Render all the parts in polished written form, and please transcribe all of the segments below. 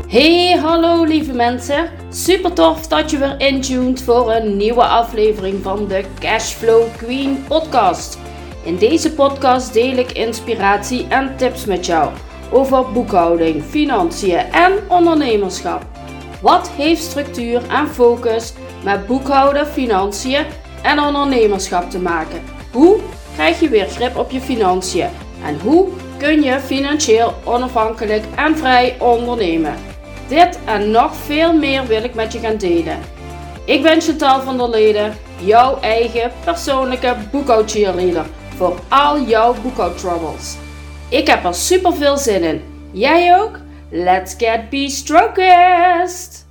Hey, hallo lieve mensen. Super tof dat je weer intuned voor een nieuwe aflevering van de Cashflow Queen podcast. In deze podcast deel ik inspiratie en tips met jou over boekhouding, financiën en ondernemerschap. Wat heeft structuur en focus met boekhouden, financiën en ondernemerschap te maken? Hoe krijg je weer grip op je financiën? En hoe kun je financieel onafhankelijk en vrij ondernemen? Dit en nog veel meer wil ik met je gaan delen. Ik ben Chantal van der Leden, jouw eigen persoonlijke boekhoudcheerleader voor al jouw boekhoudtroubles. Ik heb er super veel zin in. Jij ook? Let's get be-strokest!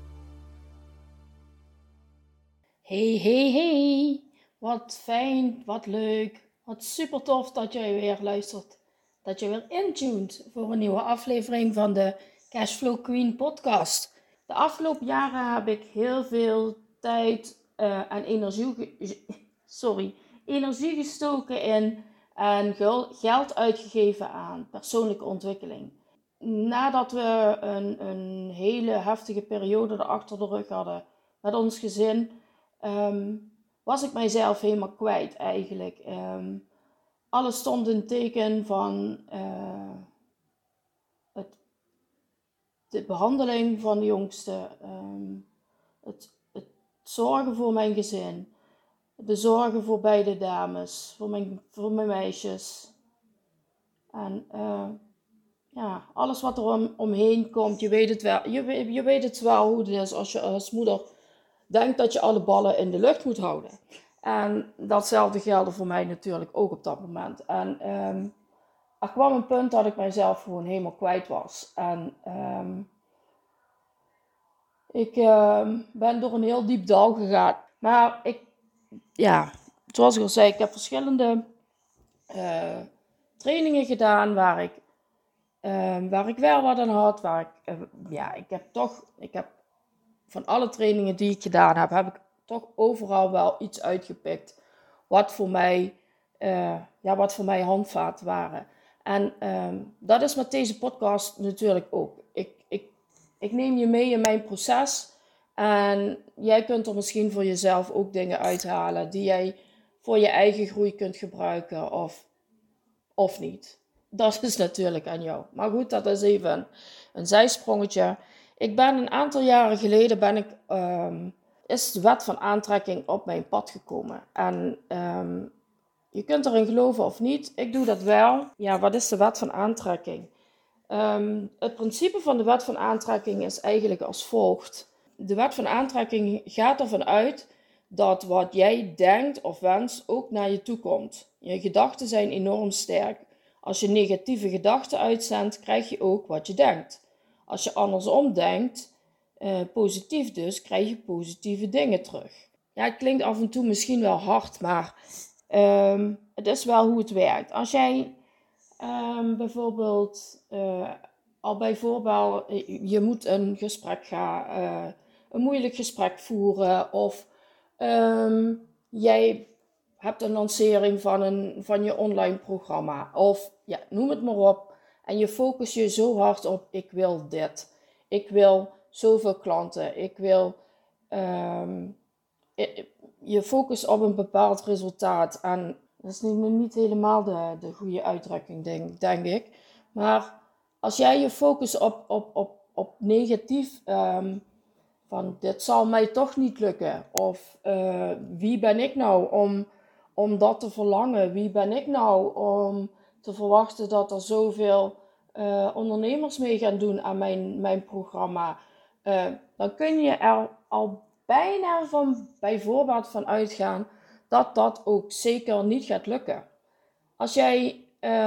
Hey. Wat fijn, wat leuk, wat super tof dat jij weer luistert. Dat je weer intuned voor een nieuwe aflevering van de Cashflow Queen podcast. De afgelopen jaren heb ik heel veel tijd en energie gestoken in en geld uitgegeven aan persoonlijke ontwikkeling. Nadat we een hele heftige periode erachter de rug hadden met ons gezin, was ik mijzelf helemaal kwijt eigenlijk. Alles stond in teken van de behandeling van de jongste, het zorgen voor mijn gezin, de zorgen voor beide dames, voor mijn meisjes. En alles wat er omheen komt, je weet het wel. Je weet het wel hoe het is als je als moeder denkt dat je alle ballen in de lucht moet houden. En datzelfde geldde voor mij natuurlijk ook op dat moment. En er kwam een punt dat ik mijzelf gewoon helemaal kwijt was. En ik ben door een heel diep dal gegaan. Maar zoals ik al zei, ik heb verschillende trainingen gedaan waar ik wel wat aan had. Ik heb van alle trainingen die ik gedaan heb ik toch overal wel iets uitgepikt. Wat voor mij handvaten waren. En dat is met deze podcast natuurlijk ook. Ik neem je mee in mijn proces. En jij kunt er misschien voor jezelf ook dingen uithalen die jij voor je eigen groei kunt gebruiken of niet. Dat is natuurlijk aan jou. Maar goed, dat is even een zijsprongetje. Een aantal jaren geleden is de wet van aantrekking op mijn pad gekomen. En je kunt erin geloven of niet. Ik doe dat wel. Ja, wat is de wet van aantrekking? Het principe van de wet van aantrekking is eigenlijk als volgt. De wet van aantrekking gaat ervan uit dat wat jij denkt of wenst ook naar je toe komt. Je gedachten zijn enorm sterk. Als je negatieve gedachten uitzendt, krijg je ook wat je denkt. Als je andersom denkt, positief dus, krijg je positieve dingen terug. Ja, het klinkt af en toe misschien wel hard, maar het is wel hoe het werkt. Als jij bijvoorbeeld je moet een gesprek een moeilijk gesprek voeren, of jij hebt een lancering van je online programma, of ja, noem het maar op, en je focust je zo hard op: ik wil dit, ik wil zoveel klanten, ik wil je focus op een bepaald resultaat. En dat is niet helemaal de goede uitdrukking, denk ik. Maar als jij je focus op negatief, van dit zal mij toch niet lukken. Of wie ben ik nou om dat te verlangen? Wie ben ik nou om te verwachten dat er zoveel ondernemers mee gaan doen aan mijn programma? Dan kun je er al bijna bij voorbaat van uitgaan dat dat ook zeker niet gaat lukken. Als jij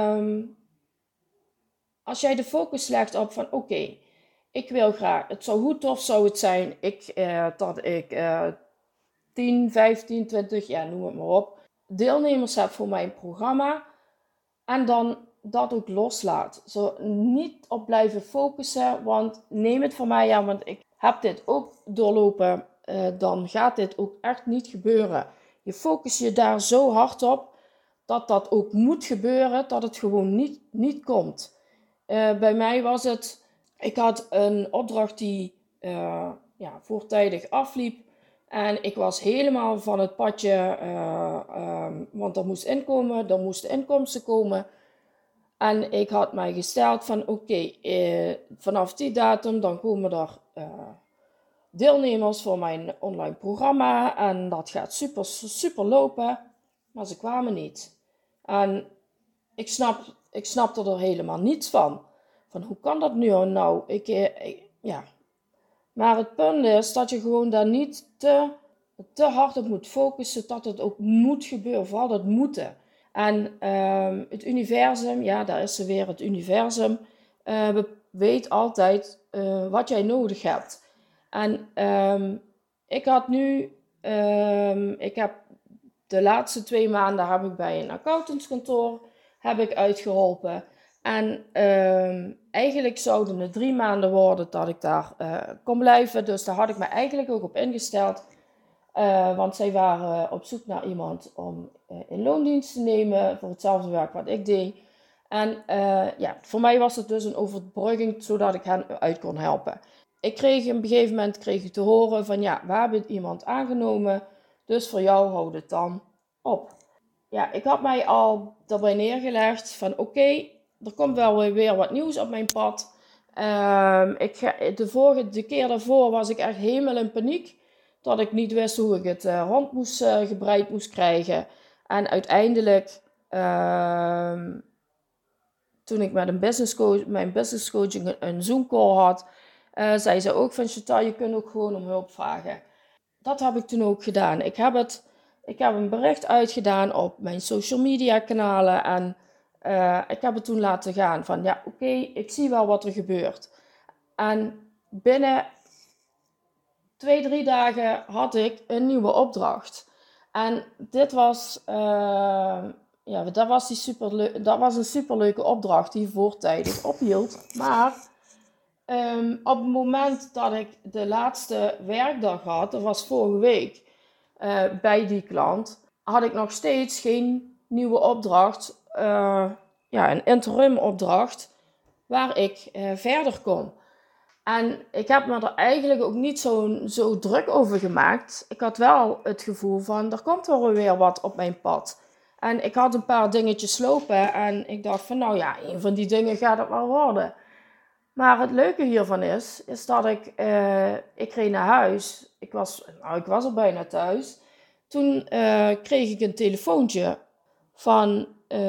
de focus legt op van oké, ik wil graag, hoe tof zou het zijn dat ik 10, 15, 20, ja, noem het maar op, deelnemers heb voor mijn programma, en dan dat ook loslaat. Zo niet op blijven focussen, want neem het van mij aan, want ik heb dit ook doorlopen, dan gaat dit ook echt niet gebeuren. Je focus je daar zo hard op dat ook moet gebeuren, dat het gewoon niet komt. Bij mij was het Ik had een opdracht die voortijdig afliep. En ik was helemaal van het padje, want er moesten inkomsten komen. En ik had mij gesteld van oké, vanaf die datum dan komen er deelnemers voor mijn online programma. En dat gaat super, super lopen. Maar ze kwamen niet. En ik snapte er helemaal niets van. Van hoe kan dat nu nou? Ja. Maar het punt is dat je gewoon daar niet te hard op moet focussen. Dat het ook moet gebeuren. Vooral het moeten. En het universum, ja, daar is ze weer. Het universum weet altijd wat jij nodig hebt. En ik heb de laatste 2 maanden heb ik bij een accountantskantoor uitgeholpen. En eigenlijk zouden het 3 maanden worden dat ik daar kon blijven. Dus daar had ik me eigenlijk ook op ingesteld. Want zij waren op zoek naar iemand om in loondienst te nemen voor hetzelfde werk wat ik deed. En voor mij was het dus een overbrugging zodat ik hen uit kon helpen. Op een gegeven moment kreeg ik te horen van ja, we hebben iemand aangenomen, dus voor jou houdt het dan op. Ja, ik had mij al daarbij neergelegd van oké, er komt wel weer wat nieuws op mijn pad. De keer daarvoor was ik echt helemaal in paniek. Dat ik niet wist hoe ik het rond gebreid moest krijgen. En uiteindelijk, toen ik met mijn business coaching een Zoom call had, zei ze ook van Chantal, je kunt ook gewoon om hulp vragen. Dat heb ik toen ook gedaan. Ik heb een bericht uitgedaan op mijn social media kanalen en ik heb het toen laten gaan van ja, oké, ik zie wel wat er gebeurt. En binnen 2-3 dagen had ik een nieuwe opdracht. En dit was, dat was een superleuke opdracht die voortijdig ophield. Maar op het moment dat ik de laatste werkdag had, dat was vorige week, bij die klant, had ik nog steeds geen nieuwe opdracht, een interim opdracht, waar ik verder kon. En ik heb me er eigenlijk ook niet zo druk over gemaakt. Ik had wel het gevoel van, er komt wel weer wat op mijn pad. En ik had een paar dingetjes lopen en ik dacht van, nou ja, een van die dingen gaat het wel worden. Maar het leuke hiervan is dat ik reed naar huis. Ik was al bijna thuis. Toen kreeg ik een telefoontje van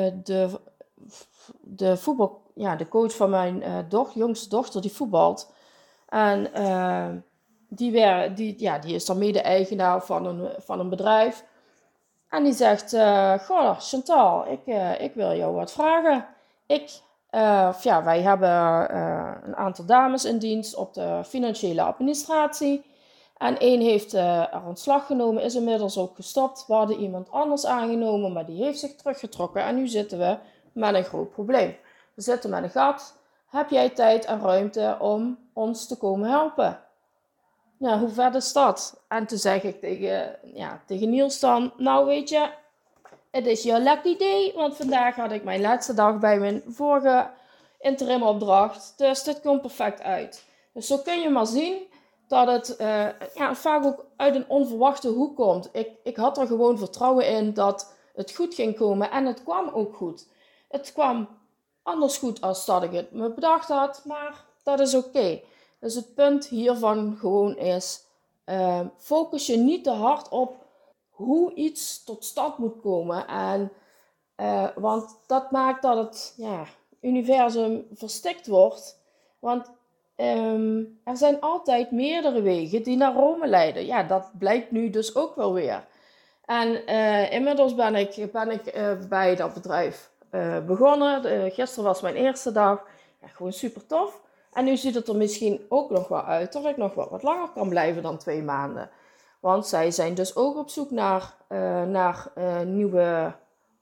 de coach van mijn jongste dochter die voetbalt. En die is dan mede-eigenaar van een bedrijf. En die zegt, goh Chantal, ik wil jou wat vragen. Wij hebben een aantal dames in dienst op de financiële administratie. En één heeft er ontslag genomen, is inmiddels ook gestopt. We hadden iemand anders aangenomen, maar die heeft zich teruggetrokken. En nu zitten we met een groot probleem. We zitten met een gat. Heb jij tijd en ruimte om ons te komen helpen? Ja, hoe vet is dat? En toen zeg ik tegen Niels dan, nou weet je, het is your lucky day, want vandaag had ik mijn laatste dag bij mijn vorige interim opdracht. Dus dit komt perfect uit. Dus zo kun je maar zien dat het vaak ook uit een onverwachte hoek komt. Ik had er gewoon vertrouwen in dat het goed ging komen en het kwam ook goed. Het kwam anders goed als dat ik het me bedacht had, maar dat is oké. Dus het punt hiervan gewoon is, focus je niet te hard op hoe iets tot stand moet komen. Want dat maakt dat het universum verstikt wordt. Want er zijn altijd meerdere wegen die naar Rome leiden. Ja, dat blijkt nu dus ook wel weer. En inmiddels ben ik bij dat bedrijf begonnen. Gisteren was mijn eerste dag. Ja, gewoon super tof. En nu ziet het er misschien ook nog wel uit dat ik nog wel wat langer kan blijven dan 2 maanden. Want zij zijn dus ook op zoek naar nieuwe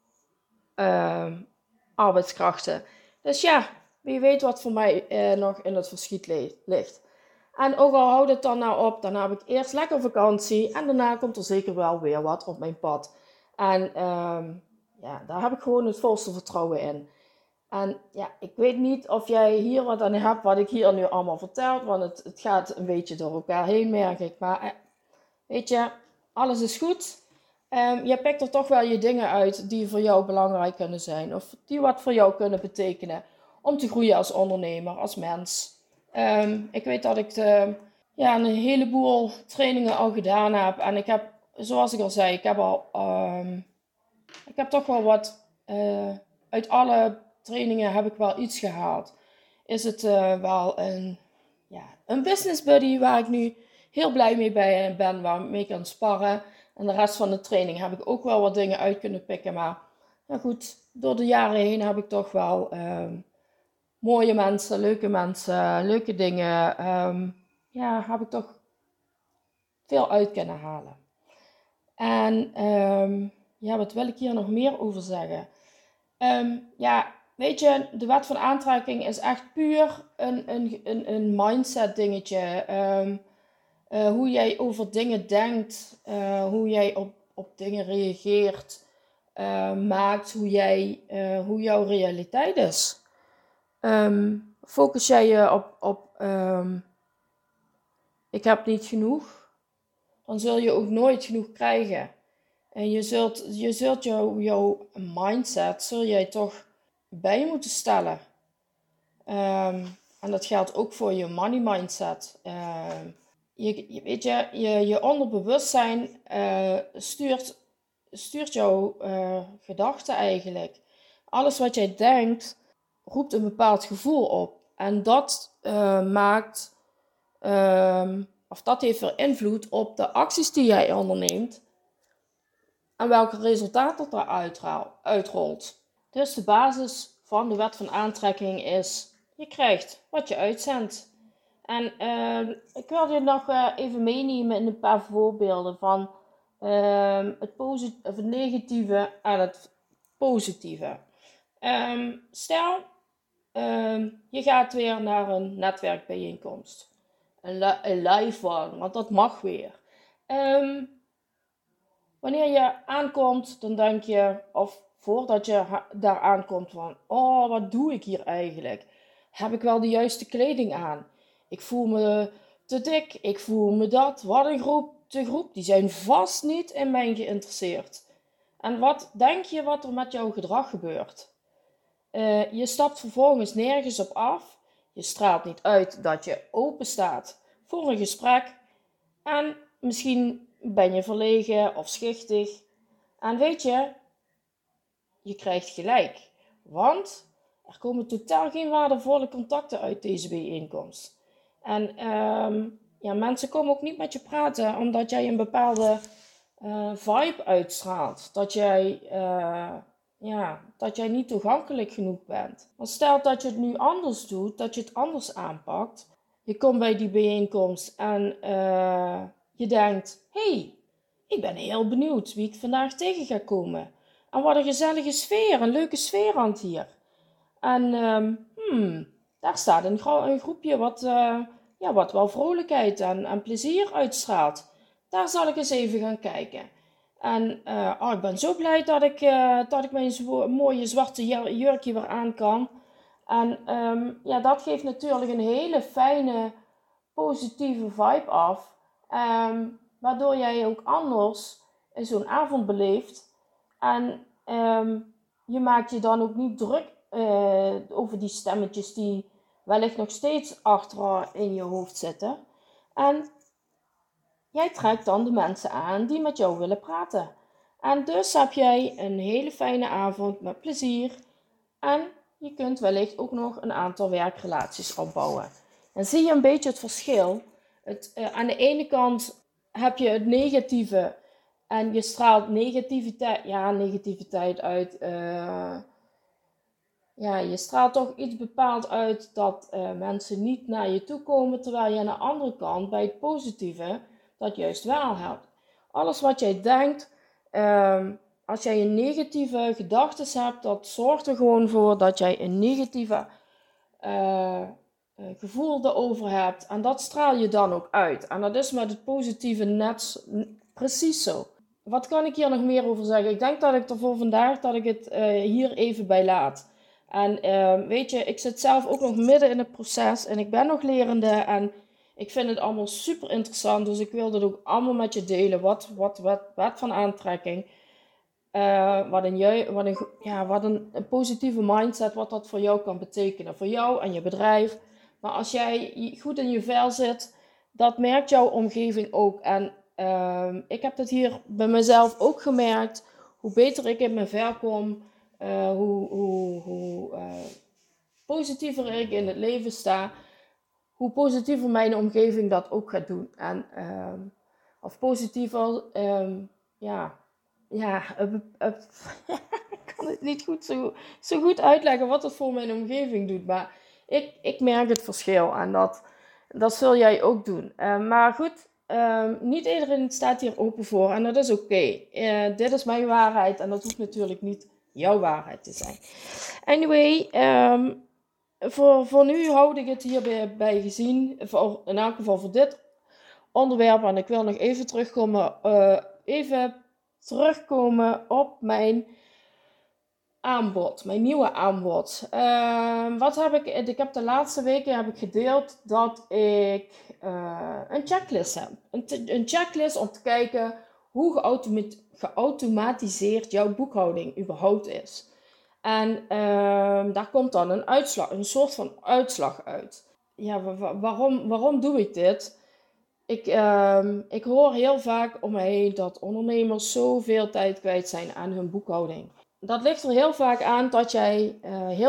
arbeidskrachten. Dus ja, wie weet wat voor mij nog in het verschiet ligt. En ook al houdt het dan nou op, dan heb ik eerst lekker vakantie. En daarna komt er zeker wel weer wat op mijn pad. En daar heb ik gewoon het volste vertrouwen in. En ja, ik weet niet of jij hier wat aan hebt wat ik hier nu allemaal vertel, want het gaat een beetje door elkaar heen, merk ik. Maar weet je, alles is goed. Je pikt er toch wel je dingen uit die voor jou belangrijk kunnen zijn. Of die wat voor jou kunnen betekenen om te groeien als ondernemer, als mens. Ik weet dat ik een heleboel trainingen al gedaan heb. En ik heb, zoals ik al zei, ik heb toch wel wat, uit alle trainingen heb ik wel iets gehaald. Is het wel een business buddy waar ik nu heel blij mee ben, waar ik mee kan sparren. En de rest van de training heb ik ook wel wat dingen uit kunnen pikken. Maar nou goed, door de jaren heen heb ik toch wel mooie mensen, leuke dingen. Heb ik toch veel uit kunnen halen. En wat wil ik hier nog meer over zeggen? Weet je, de wet van aantrekking is echt puur een mindset dingetje. Hoe jij over dingen denkt, hoe jij op dingen reageert, maakt hoe jouw realiteit is. Focus jij je op ik heb niet genoeg, dan zul je ook nooit genoeg krijgen. En je zult jouw mindset zul jij toch bij moeten stellen. En dat geldt ook voor je money mindset. Je onderbewustzijn stuurt jouw gedachten eigenlijk. Alles wat jij denkt, roept een bepaald gevoel op. En dat dat heeft weer invloed op de acties die jij onderneemt. En welke resultaten het eruit uitrolt. Dus de basis van de wet van aantrekking is, je krijgt wat je uitzendt. En ik wil je nog even meenemen in een paar voorbeelden van het negatieve en het positieve. Stel, je gaat weer naar een netwerkbijeenkomst. Een live one, want dat mag weer. Wanneer je aankomt, dan denk je, of voordat je daar aankomt van, oh, wat doe ik hier eigenlijk? Heb ik wel de juiste kleding aan? Ik voel me te dik, ik voel me dat. Wat een groep, de groep, die zijn vast niet in mij geïnteresseerd. En wat denk je wat er met jouw gedrag gebeurt? Je stapt vervolgens nergens op af. Je straalt niet uit dat je open staat voor een gesprek. En misschien ben je verlegen of schichtig. En weet je, je krijgt gelijk. Want er komen totaal geen waardevolle contacten uit deze bijeenkomst. En mensen komen ook niet met je praten omdat jij een bepaalde vibe uitstraalt. Dat jij niet toegankelijk genoeg bent. Want stel dat je het nu anders doet, dat je het anders aanpakt. Je komt bij die bijeenkomst en je denkt, hey, ik ben heel benieuwd wie ik vandaag tegen ga komen. En wat een gezellige sfeer, een leuke sfeer hangt hier. En daar staat een groepje wat wel vrolijkheid en plezier uitstraalt. Daar zal ik eens even gaan kijken. En ik ben zo blij dat ik mijn mooie zwarte jurkje weer aan kan. En dat geeft natuurlijk een hele fijne, positieve vibe af. Waardoor jij ook anders zo'n avond beleeft. En je maakt je dan ook niet druk over die stemmetjes die wellicht nog steeds achter in je hoofd zitten. En jij trekt dan de mensen aan die met jou willen praten. En dus heb jij een hele fijne avond met plezier. En je kunt wellicht ook nog een aantal werkrelaties opbouwen. En zie je een beetje het verschil. Aan de ene kant heb je het negatieve. En je straalt negativiteit uit. Je straalt toch iets bepaald uit dat mensen niet naar je toe komen. Terwijl je aan de andere kant bij het positieve dat juist wel helpt. Alles wat jij denkt, als jij een negatieve gedachten hebt, dat zorgt er gewoon voor dat jij een negatieve gevoel erover hebt. En dat straal je dan ook uit. En dat is met het positieve net precies zo. Wat kan ik hier nog meer over zeggen? Ik denk dat ik er voor vandaag dat ik het hier even bij laat. En weet je, ik zit zelf ook nog midden in het proces en ik ben nog lerende en ik vind het allemaal super interessant. Dus ik wil dit ook allemaal met je delen. Wat van aantrekking. Wat een positieve mindset, wat dat voor jou kan betekenen. Voor jou en je bedrijf. Maar als jij goed in je vel zit, dat merkt jouw omgeving ook. En ik heb dat hier bij mezelf ook gemerkt. Hoe beter ik in mijn vel kom, hoe positiever ik in het leven sta, hoe positiever mijn omgeving dat ook gaat doen. En, of positiever, ik kan het niet zo goed uitleggen wat het voor mijn omgeving doet. Maar ik merk het verschil en dat zul jij ook doen. Maar goed, niet iedereen staat hier open voor en dat is oké. Dit is mijn waarheid en dat hoeft natuurlijk niet jouw waarheid te zijn. Anyway, voor nu houd ik het hierbij gezien. In elk geval voor dit onderwerp. En ik wil nog even terugkomen op mijn aanbod. Mijn nieuwe aanbod. Wat heb ik? Ik heb de laatste weken gedeeld dat ik een checklist heb. Een checklist om te kijken hoe geautomatiseerd jouw boekhouding überhaupt is. En daar komt dan een soort van uitslag uit. Ja, waarom doe ik dit? Ik hoor heel vaak om me heen dat ondernemers zoveel tijd kwijt zijn aan hun boekhouding. Dat ligt er heel vaak aan dat jij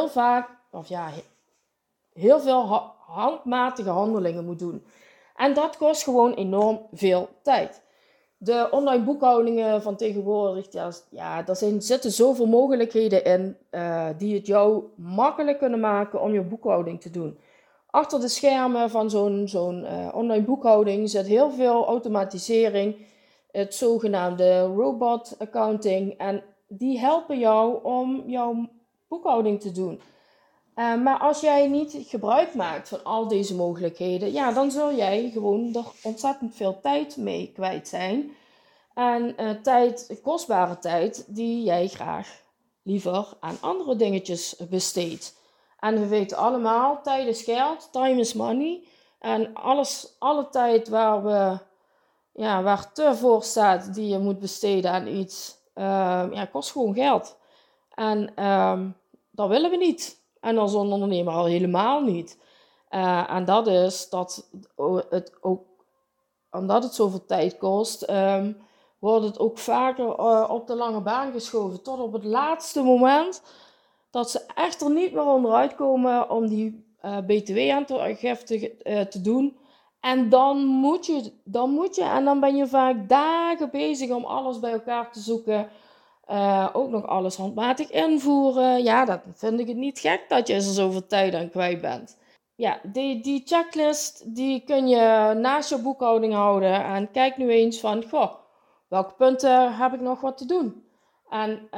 heel veel handmatige handelingen moet doen. En dat kost gewoon enorm veel tijd. De online boekhoudingen van tegenwoordig, zitten zoveel mogelijkheden in die het jou makkelijk kunnen maken om je boekhouding te doen. Achter de schermen van zo'n online boekhouding zit heel veel automatisering, het zogenaamde robot accounting. En die helpen jou om jouw boekhouding te doen. Maar als jij niet gebruik maakt van al deze mogelijkheden, dan zul jij gewoon er ontzettend veel tijd mee kwijt zijn. En kostbare tijd die jij graag liever aan andere dingetjes besteedt. En we weten allemaal, tijd is geld, time is money. En alle tijd waar te voor staat die je moet besteden aan iets, kost gewoon geld. En dat willen we niet. En als ondernemer al helemaal niet. En dat is dat het ook, omdat het zoveel tijd kost, wordt het ook vaker op de lange baan geschoven. Tot op het laatste moment dat ze echt er niet meer onderuit komen om die btw-aangifte te doen. En dan moet je, en dan ben je vaak dagen bezig om alles bij elkaar te zoeken. Ook nog alles handmatig invoeren. Ja, dat vind ik het niet gek dat je er zoveel tijd aan kwijt bent. Ja, die checklist die kun je naast je boekhouding houden. En kijk nu eens van, welke punten heb ik nog wat te doen? En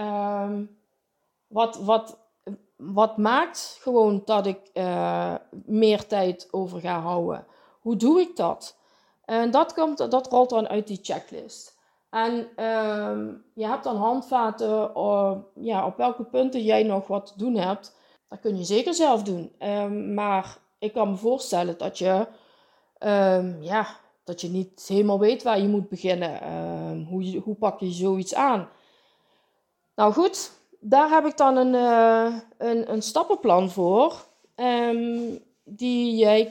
wat maakt gewoon dat ik meer tijd over ga houden? Hoe doe ik dat? En dat rolt dan uit die checklist. En je hebt dan handvaten op welke punten jij nog wat te doen hebt. Dat kun je zeker zelf doen. Maar ik kan me voorstellen dat je niet helemaal weet waar je moet beginnen. Hoe pak je zoiets aan? Nou goed, daar heb ik dan een stappenplan voor. Die jij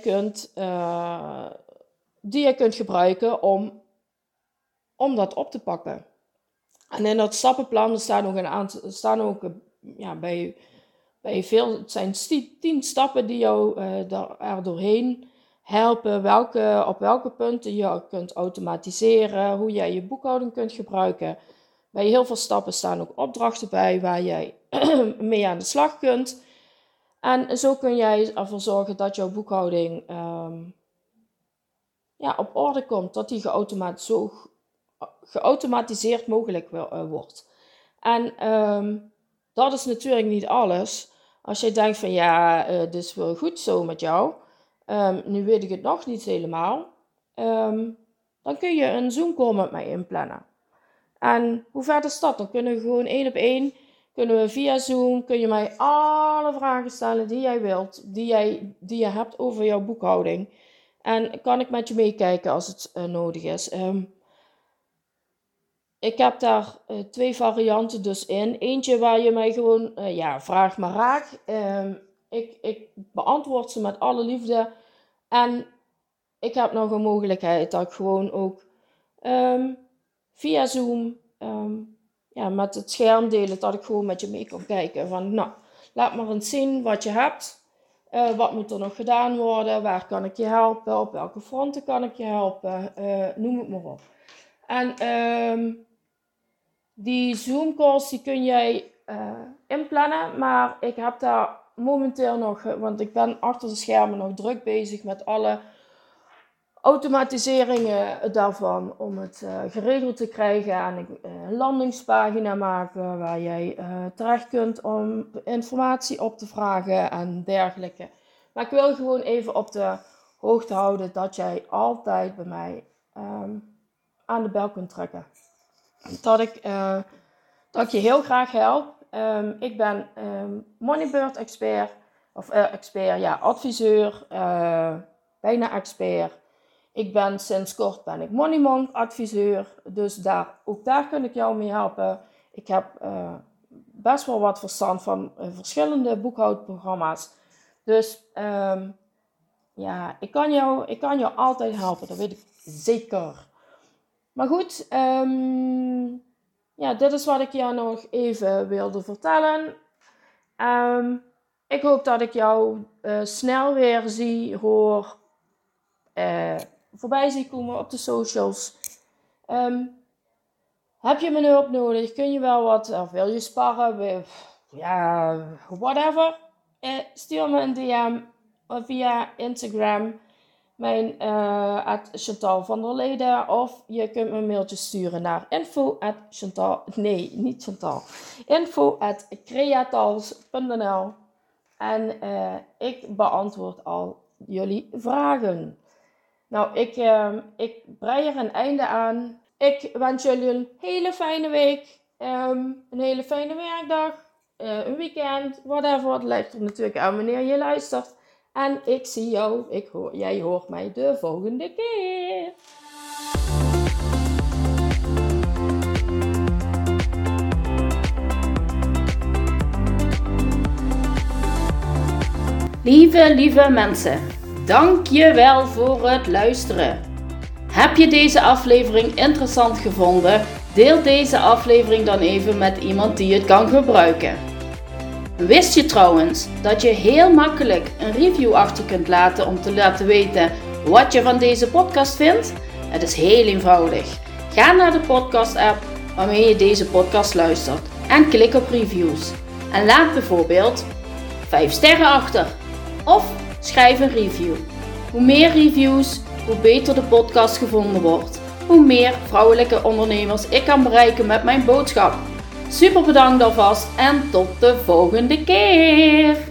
kunt gebruiken om dat op te pakken. En in dat stappenplan staan ook bij veel, het zijn 10 stappen die jou er doorheen helpen. Op welke punten je kunt automatiseren, hoe jij je boekhouding kunt gebruiken. Bij heel veel stappen staan ook opdrachten bij waar jij mee aan de slag kunt. En zo kun jij ervoor zorgen dat jouw boekhouding op orde komt. Dat die zo geautomatiseerd mogelijk wordt. En dat is natuurlijk niet alles. Als je denkt van dit is wel goed zo met jou. Nu weet ik het nog niet helemaal. Dan kun je een Zoom call met mij inplannen. En hoe ver is dat? Dan kunnen we gewoon 1 op 1 kunnen we via Zoom, kun je mij alle vragen stellen die jij wilt, die je hebt over jouw boekhouding. En kan ik met je meekijken als het nodig is. Ik heb daar 2 varianten dus in. Eentje waar je mij gewoon, vraag maar raak. Ik beantwoord ze met alle liefde. En ik heb nog een mogelijkheid dat ik gewoon ook via Zoom met het scherm delen, dat ik gewoon met je mee kan kijken. Van nou, laat maar eens zien wat je hebt. Wat moet er nog gedaan worden? Waar kan ik je helpen? Op welke fronten kan ik je helpen? Noem het maar op. En die Zoom calls die kun jij inplannen. Maar ik heb daar momenteel nog, want ik ben achter de schermen nog druk bezig met alle automatiseringen daarvan. Om het geregeld te krijgen. En ik een landingspagina maken waar jij terecht kunt om informatie op te vragen en dergelijke. Maar ik wil gewoon even op de hoogte houden dat jij altijd bij mij aan de bel kunt trekken. Dat ik je heel graag help. Ik ben Moneybird expert. Of adviseur. Bijna expert. Ik ben sinds kort Money Monk adviseur. Dus ook daar kun ik jou mee helpen. Ik heb best wel wat verstand van verschillende boekhoudprogramma's. Dus ik kan jou altijd helpen. Dat weet ik zeker. Maar goed, dit is wat ik jou nog even wilde vertellen. Ik hoop dat ik jou snel weer zie, hoor, voorbij zie komen op de socials. Heb je mijn hulp nodig? Kun je wel wat, of wil je sparren? Whatever. Stuur me een DM via Instagram. Mijn Chantal van der Leden. Of je kunt me een mailtje sturen naar info@creatals.nl. En ik beantwoord al jullie vragen. Nou, ik brei er een einde aan. Ik wens jullie een hele fijne week. Een hele fijne werkdag. Een weekend. Whatever. Het ligt er natuurlijk aan wanneer je luistert. En ik zie jou, jij hoort mij de volgende keer. Lieve mensen, dank je wel voor het luisteren. Heb je deze aflevering interessant gevonden? Deel deze aflevering dan even met iemand die het kan gebruiken. Wist je trouwens dat je heel makkelijk een review achter kunt laten om te laten weten wat je van deze podcast vindt? Het is heel eenvoudig. Ga naar de podcast app waarmee je deze podcast luistert en klik op reviews. En laat bijvoorbeeld 5 sterren achter of schrijf een review. Hoe meer reviews, hoe beter de podcast gevonden wordt. Hoe meer vrouwelijke ondernemers ik kan bereiken met mijn boodschap. Super bedankt alvast en tot de volgende keer!